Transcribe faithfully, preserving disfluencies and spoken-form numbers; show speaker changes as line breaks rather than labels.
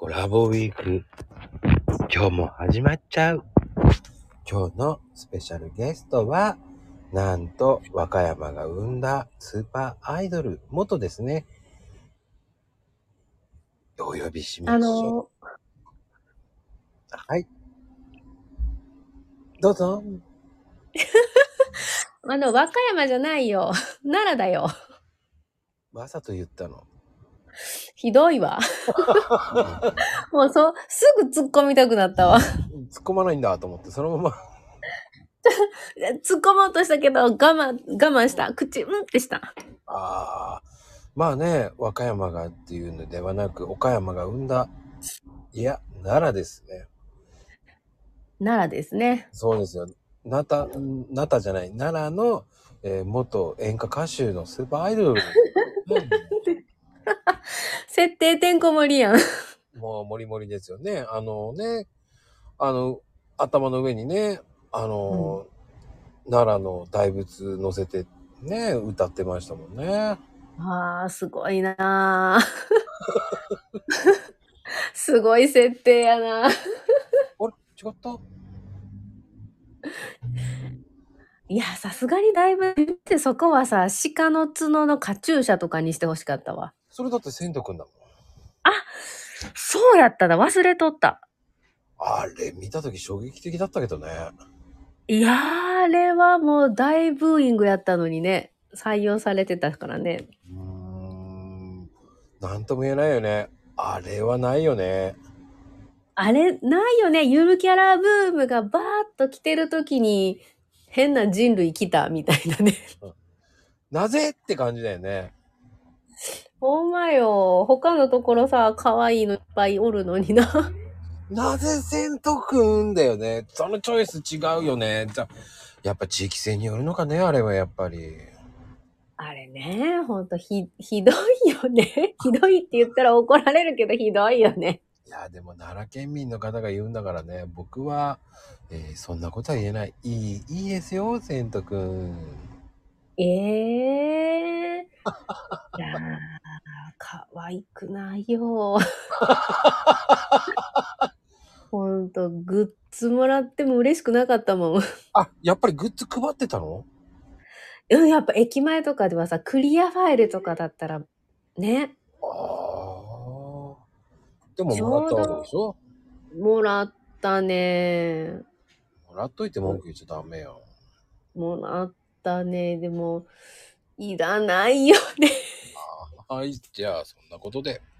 コラボウィーク、今日も始まっちゃう。今日のスペシャルゲストは、なんと和歌山が生んだスーパーアイドル、元ですね。お呼びしましょう。あのー、はい。どうぞ。
あの、和歌山じゃないよ。奈良だよ。
わざと言ったの。
ひどいわ。もうそう、すぐ突っ込みたくなったわ。
突っ込まないんだと思って、そのまま。
突っ込もうとしたけど、我慢、我慢した。口、うんってした。
ああ。まあね、和歌山がっていうのではなく、岡山が生んだ、いや、奈良ですね。
奈良ですね。
そうですよ。なた、なたじゃない、奈良の、えー元演歌歌手のスーパーアイドル。
設定てんこ盛りやん。
もう、もりもりですよね。あのね、あの、頭の上にね、あの、うん、奈良の大仏乗せてね、歌ってましたもんね。
ああ、すごいなすごい設定やな。
あれ違った？
いや、さすがにだいぶってそこはさ、鹿の角のカチューシャとかにしてほしかったわ。
それだって千斗くんだもん。
あ、そうやっただ。忘れとった。
あれ見たとき衝撃的だったけどね。
いやー、あれはもう大ブーイングやったのにね。採用されてたからね。
うーん。なんとも言えないよね。あれはないよね。
あれ、ないよね。ゆるキャラブームがバーッと来てる時に変な人類来たみたいなね。
うん、なぜって感じだよね。
ほんまよ。他のところさ、可愛いのいっぱいおるのにな。
なぜ千斗くんだよね。そのチョイス違うよね。じゃやっぱ地域性によるのかね、あれはやっぱり。
あれね、ほんとひ、ひどいよね。ひどいって言ったら怒られるけどひどいよね。
いや、でも奈良県民の方が言うんだからね、僕は、えーそんなことは言えない。いい、いいですよ、千斗くん。
ええー。いやー、可愛くないよ。ほんと、グッズもらっても嬉しくなかったもん。
あ、やっぱりグッズ配ってたの？
うん、やっぱ駅前とかではさ、クリアファイルとかだったら、ね、
ああ。でも
ち
もらったわけで
ょうど
しょ？
もらったね。
もらっといて文句言っちゃダメよ。
もらったね。でも、いらないよね。
はい、じゃあそんなことで。